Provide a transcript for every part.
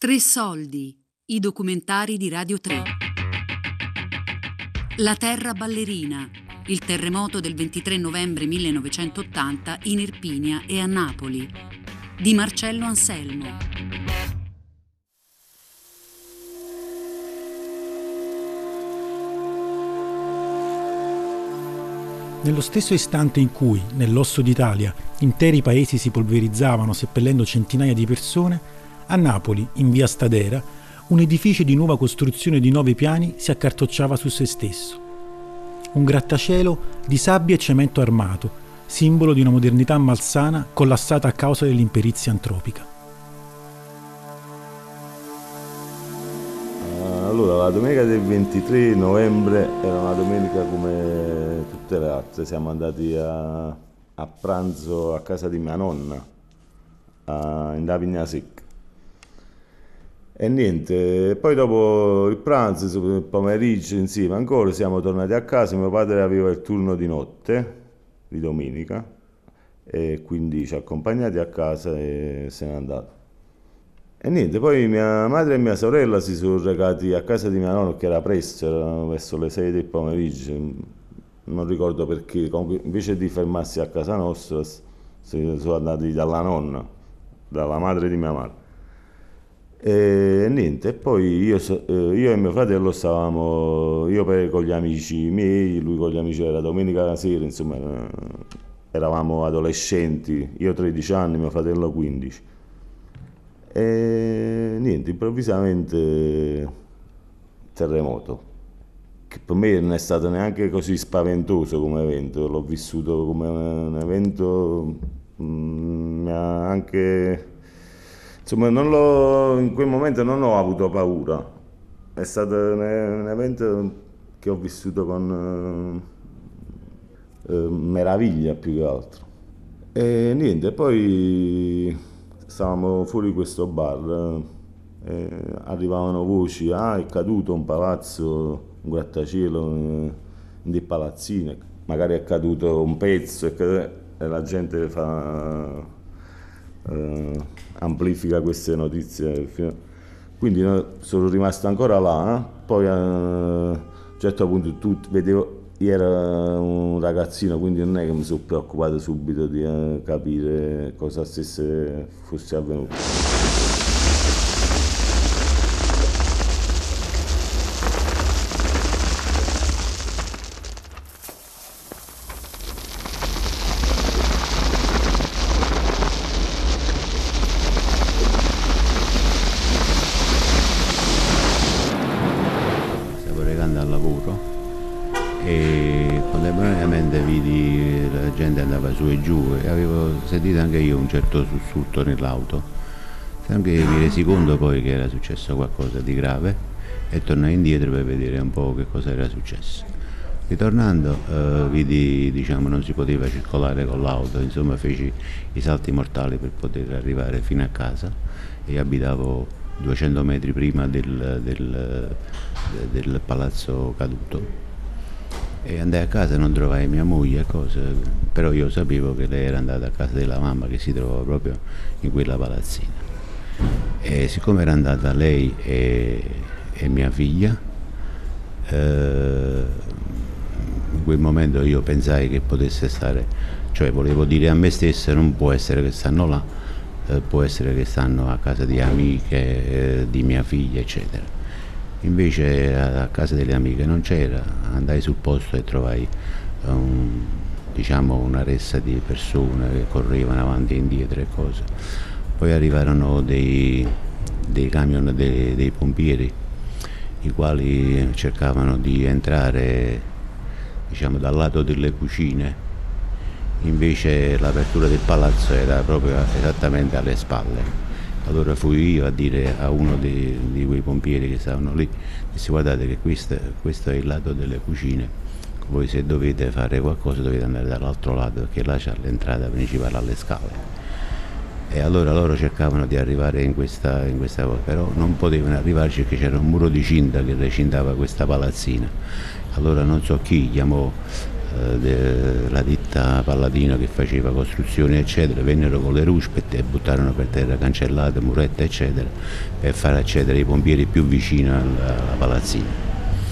Tre soldi, i documentari di Radio 3. La terra ballerina, il terremoto del 23 novembre 1980 in Irpinia e a Napoli, di Marcello Anselmo. Nello stesso istante in cui, nell'osso d'Italia, interi paesi si polverizzavano seppellendo centinaia di persone, a Napoli, in via Stadera, un edificio di nuova costruzione di 9 piani si accartocciava su se stesso. Un grattacielo di sabbia e cemento armato, simbolo di una modernità malsana collassata a causa dell'imperizia antropica. Allora, la domenica del 23 novembre era una domenica come tutte le altre. Siamo andati a pranzo a casa di mia nonna, in Davignasec. E niente, poi dopo il pranzo, il pomeriggio insieme ancora, siamo tornati a casa. Mio padre aveva il turno di notte, di domenica, e quindi ci ha accompagnati a casa e se n'è andato. E niente, poi mia madre e mia sorella si sono recati a casa di mia nonna, che era presto, erano verso le 6 del pomeriggio, non ricordo perché. Comunque, invece di fermarsi a casa nostra, sono andati dalla nonna, dalla madre di mia madre. E niente, poi io e mio fratello stavamo, con gli amici miei, lui con gli amici, era domenica sera, insomma, eravamo adolescenti, io 13 anni, mio fratello 15. E niente, improvvisamente terremoto, che per me non è stato neanche così spaventoso come evento, l'ho vissuto come un evento, mi ha anche... Insomma, in quel momento non ho avuto paura, è stato un evento che ho vissuto con meraviglia più che altro. E niente, poi stavamo fuori questo bar, arrivavano voci, è caduto un palazzo, un grattacielo in dei palazzine, magari è caduto un pezzo e la gente amplifica queste notizie, quindi sono rimasto ancora là. Poi a un certo punto vedevo, io ero un ragazzino, quindi non è che mi sono preoccupato subito di capire cosa fosse avvenuto. Al lavoro e contemporaneamente vidi la gente andava su e giù e avevo sentito anche io un certo sussulto nell'auto. Anche mi resi conto poi che era successo qualcosa di grave e tornai indietro per vedere un po' che cosa era successo. Ritornando vidi, non si poteva circolare con l'auto, insomma feci i salti mortali per poter arrivare fino a casa e abitavo 200 metri prima del palazzo caduto e andai a casa, non trovai mia moglie, però io sapevo che lei era andata a casa della mamma che si trovava proprio in quella palazzina e siccome era andata lei e mia figlia, in quel momento io pensai che potesse stare, cioè volevo dire a me stesso non può essere che stanno là, può essere che stanno a casa di amiche di mia figlia eccetera. Invece a casa delle amiche non c'era, andai sul posto e trovai una ressa di persone che correvano avanti e indietro e cose. Poi arrivarono dei camion dei pompieri, i quali cercavano di entrare dal lato delle cucine. Invece l'apertura del palazzo era proprio esattamente alle spalle. Allora fui io a dire a uno di quei pompieri che stavano lì, dissi guardate che questo è il lato delle cucine, voi se dovete fare qualcosa dovete andare dall'altro lato perché là c'è l'entrata principale alle scale. E allora loro cercavano di arrivare in questa cosa, però non potevano arrivarci perché c'era un muro di cinta che recintava questa palazzina. Allora non so chi chiamò la ditta ditta Palladino che faceva costruzioni eccetera, vennero con le ruspette e buttarono per terra cancellate, murette eccetera, per far accedere i pompieri più vicino alla palazzina.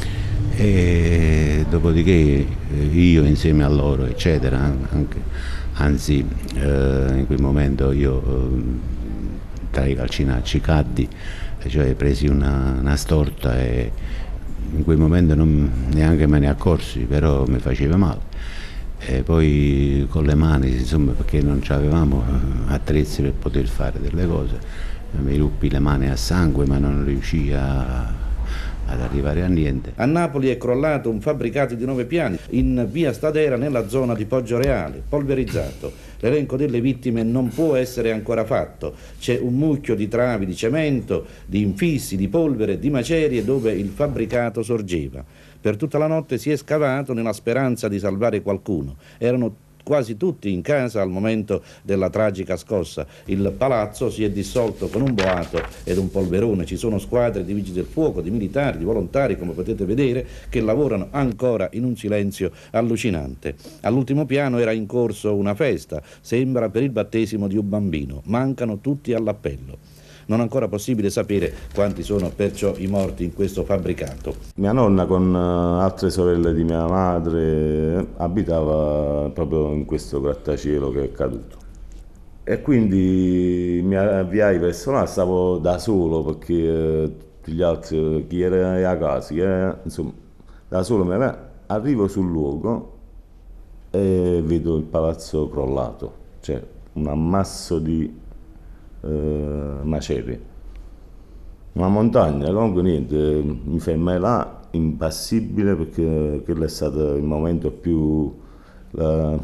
E dopodiché io insieme a loro eccetera, anzi in quel momento io tra i calcinacci caddi, cioè presi una storta e in quel momento neanche me ne accorsi, però mi faceva male. E poi con le mani, insomma, perché non avevamo attrezzi per poter fare delle cose, mi ruppi le mani a sangue ma non riuscii ad arrivare a niente. A Napoli è crollato un fabbricato di 9 piani in via Stadera nella zona di Poggioreale, polverizzato. L'elenco delle vittime non può essere ancora fatto. C'è un mucchio di travi, di cemento, di infissi, di polvere, di macerie dove il fabbricato sorgeva. Per tutta la notte si è scavato nella speranza di salvare qualcuno. Erano quasi tutti in casa al momento della tragica scossa. Il palazzo si è dissolto con un boato ed un polverone. Ci sono squadre di vigili del fuoco, di militari, di volontari, come potete vedere, che lavorano ancora in un silenzio allucinante. All'ultimo piano era in corso una festa, sembra per il battesimo di un bambino. Mancano tutti all'appello. Non è ancora possibile sapere quanti sono perciò i morti in questo fabbricato. Mia nonna con altre sorelle di mia madre abitava proprio in questo grattacielo che è caduto. E quindi mi avviai verso là, stavo da solo perché tutti gli altri, chi era a casa, insomma, da solo arrivo sul luogo e vedo il palazzo crollato, cioè un ammasso di macerie, una montagna. Comunque niente, mi fermai là impassibile perché quello è stato il momento più la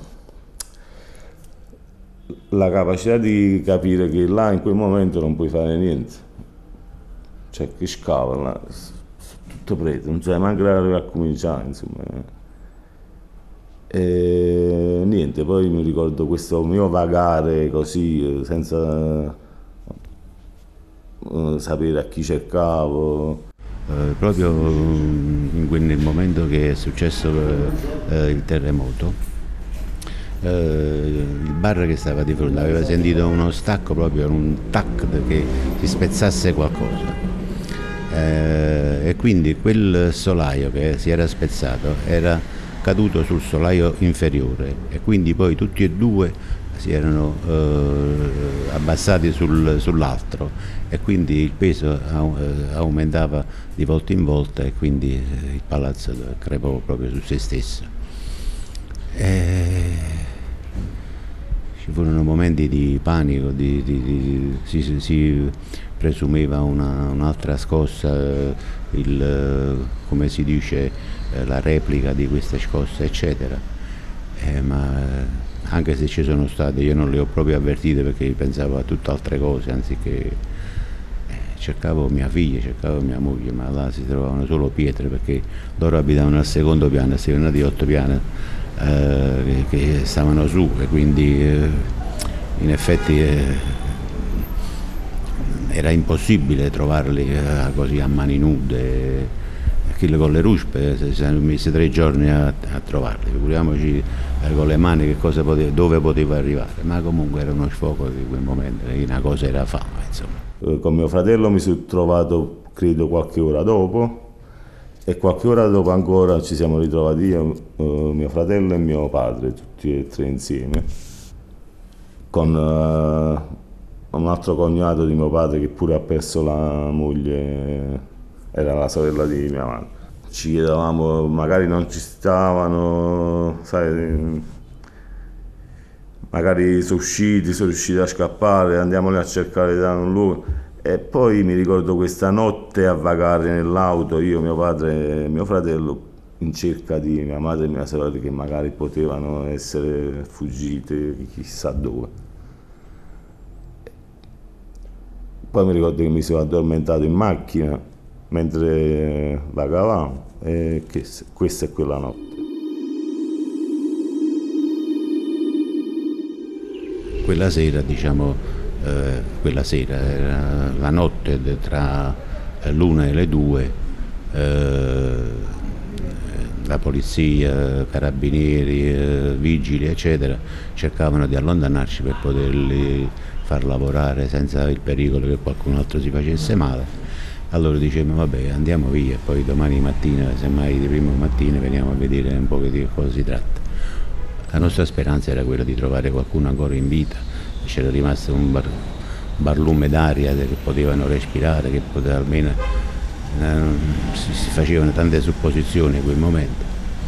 capacità di capire che là in quel momento non puoi fare niente, cioè che scava là, tutto preto, non c'è manco a cominciare, insomma. E niente, poi mi ricordo questo mio vagare così senza sapere a chi cercavo. Proprio nel momento che è successo il terremoto, il bar che stava di fronte aveva sentito uno stacco, proprio un tac che si spezzasse qualcosa, e quindi quel solaio che si era spezzato era caduto sul solaio inferiore e quindi poi tutti e due si erano abbassati sull'altro e quindi il peso aumentava di volta in volta e quindi il palazzo crepò proprio su se stesso. Ci furono momenti di panico, si presumeva un'altra scossa, come si dice, la replica di queste scosse eccetera, ma anche se ci sono state io non le ho proprio avvertite perché pensavo a tutt'altre cose, anziché cercavo mia figlia, cercavo mia moglie, ma là si trovavano solo pietre perché loro abitavano al secondo piano, si erano di 8 piani che stavano su e quindi in effetti era impossibile trovarli così a mani nude. Con le ruspe si sono messi 3 giorni a trovarli, figuriamoci con le mani che cosa dove poteva arrivare, ma comunque era uno sfogo di quel momento, una cosa era fama, insomma. Con mio fratello mi sono trovato credo qualche ora dopo e qualche ora dopo ancora ci siamo ritrovati io, mio fratello e mio padre, tutti e 3 insieme, con un altro cognato di mio padre che pure ha perso la moglie, era la sorella di mia madre. Ci chiedevamo, magari non ci stavano, sai, magari sono riusciti a scappare, andiamoli a cercare da un luogo. E poi mi ricordo questa notte a vagare nell'auto, io, mio padre e mio fratello, in cerca di mia madre e mia sorella che magari potevano essere fuggite chissà dove. Poi mi ricordo che mi sono addormentato in macchina mentre vagavamo e questa è quella notte. Quella sera, diciamo, era la notte tra l'1 e le 2, la polizia, carabinieri, vigili eccetera cercavano di allontanarci per poterli far lavorare senza il pericolo che qualcun altro si facesse male. Allora dicevamo vabbè, andiamo via, poi domani mattina, semmai di prima mattina, veniamo a vedere un po' di cosa si tratta. La nostra speranza era quella di trovare qualcuno ancora in vita, c'era rimasto un barlume d'aria che potevano respirare, che poteva almeno si facevano tante supposizioni in quel momento.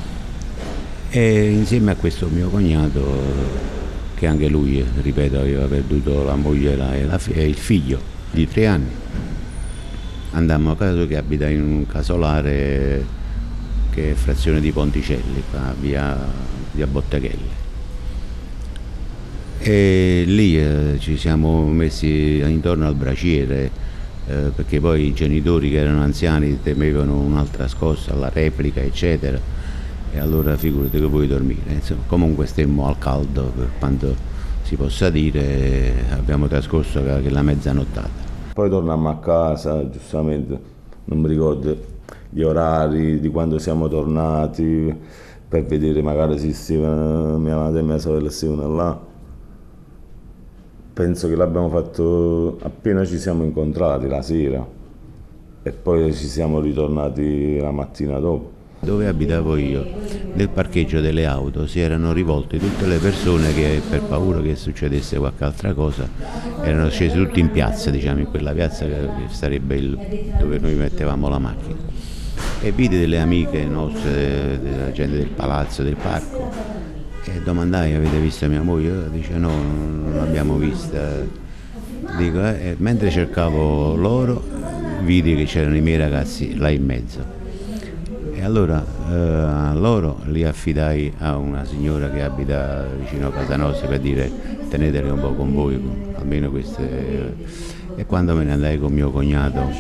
E insieme a questo mio cognato, che anche lui, ripeto, aveva perduto la moglie e il figlio di 3 anni, andammo a casa che abita in un casolare che è frazione di Ponticelli, via Botteghelle. E lì ci siamo messi intorno al braciere, perché poi i genitori, che erano anziani, temevano un'altra scossa, la replica eccetera, e allora figurati che vuoi dormire. Insomma, comunque stemmo al caldo, per quanto si possa dire, abbiamo trascorso la mezzanottata. Poi tornammo a casa, giustamente, non mi ricordo gli orari di quando siamo tornati, per vedere magari se mia madre e mia sorella stevano là. Penso che l'abbiamo fatto appena ci siamo incontrati la sera e poi ci siamo ritornati la mattina dopo. Dove abitavo io, nel parcheggio delle auto, si erano rivolte tutte le persone che, per paura che succedesse qualche altra cosa, erano scese tutti in piazza, diciamo, in quella piazza che sarebbe dove noi mettevamo la macchina. E vidi delle amiche nostre, della gente del palazzo, del parco, e domandai: avete visto mia moglie? Dice no, non l'abbiamo vista. Dico, mentre cercavo loro, vidi che c'erano i miei ragazzi là in mezzo. E allora loro li affidai a una signora che abita vicino a casa nostra, per dire teneteli un po' con voi, almeno queste. E quando me ne andai con mio cognato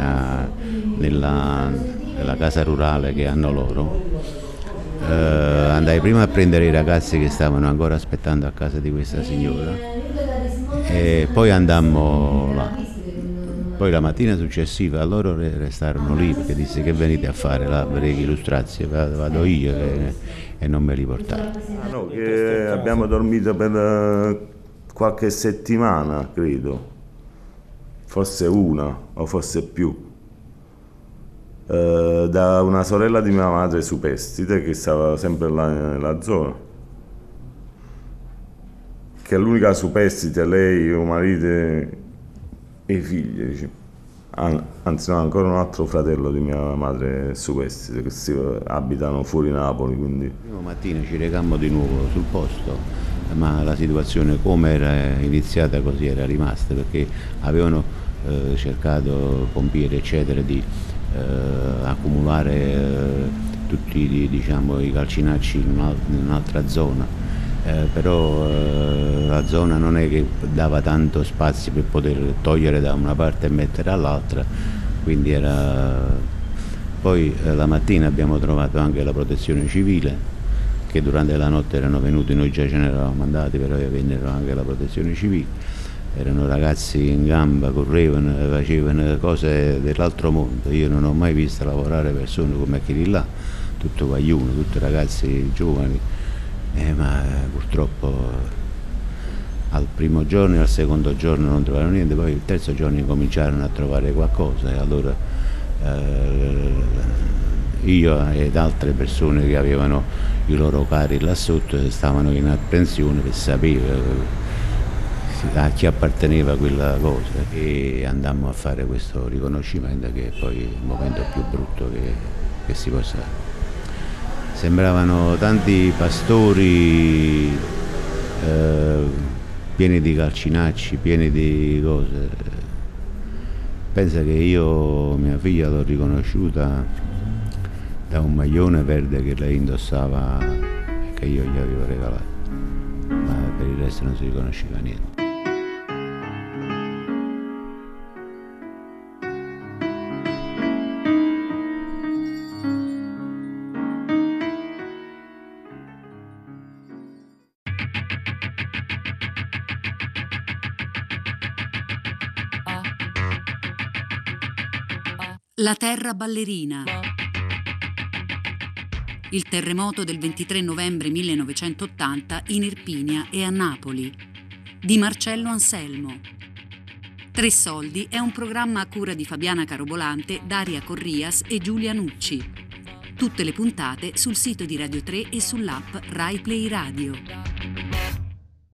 nella casa rurale che hanno loro, andai prima a prendere i ragazzi che stavano ancora aspettando a casa di questa signora e poi andammo là. Poi la mattina successiva loro restarono lì, perché disse: che venite a fare là, Brechi Lustrazzi? Vado io, e non me li portai. No, che abbiamo dormito per qualche settimana, credo, forse una o forse più, da una sorella di mia madre superstite che stava sempre là nella zona, che è l'unica superstite, lei, mio marito e i figli, dice. Anzi no, ancora un altro fratello di mia madre superstite, che abitano fuori Napoli. Quindi. Il primo mattino ci recammo di nuovo sul posto, ma la situazione come era iniziata così era rimasta, perché avevano cercato, pompieri eccetera, di accumulare tutti diciamo, i calcinacci in un'altra zona. Però la zona non è che dava tanto spazio per poter togliere da una parte e mettere all'altra, quindi era. Poi la mattina abbiamo trovato anche la protezione civile, che durante la notte erano venuti, noi già ce ne eravamo andati, però vennero anche la protezione civile, erano ragazzi in gamba, correvano, facevano cose dell'altro mondo. Io non ho mai visto lavorare persone come quelli là, tutto guagliuno, tutti ragazzi giovani. Ma purtroppo al primo giorno e al secondo giorno non trovarono niente, poi il terzo giorno incominciarono a trovare qualcosa, e allora io ed altre persone che avevano i loro cari là sotto stavano in apprensione per sapere a chi apparteneva quella cosa, e andammo a fare questo riconoscimento, che è poi il momento più brutto che si possa fare. Sembravano tanti pastori pieni di calcinacci, pieni di cose. Pensa che io mia figlia l'ho riconosciuta da un maglione verde che lei indossava e che io gli avevo regalato, ma per il resto non si riconosceva niente. La terra ballerina. Il terremoto del 23 novembre 1980 in Irpinia e a Napoli, di Marcello Anselmo. Tre soldi è un programma a cura di Fabiana Carobolante, Daria Corrias e Giulia Nucci. Tutte le puntate sul sito di Radio 3 e sull'app Rai Play Radio.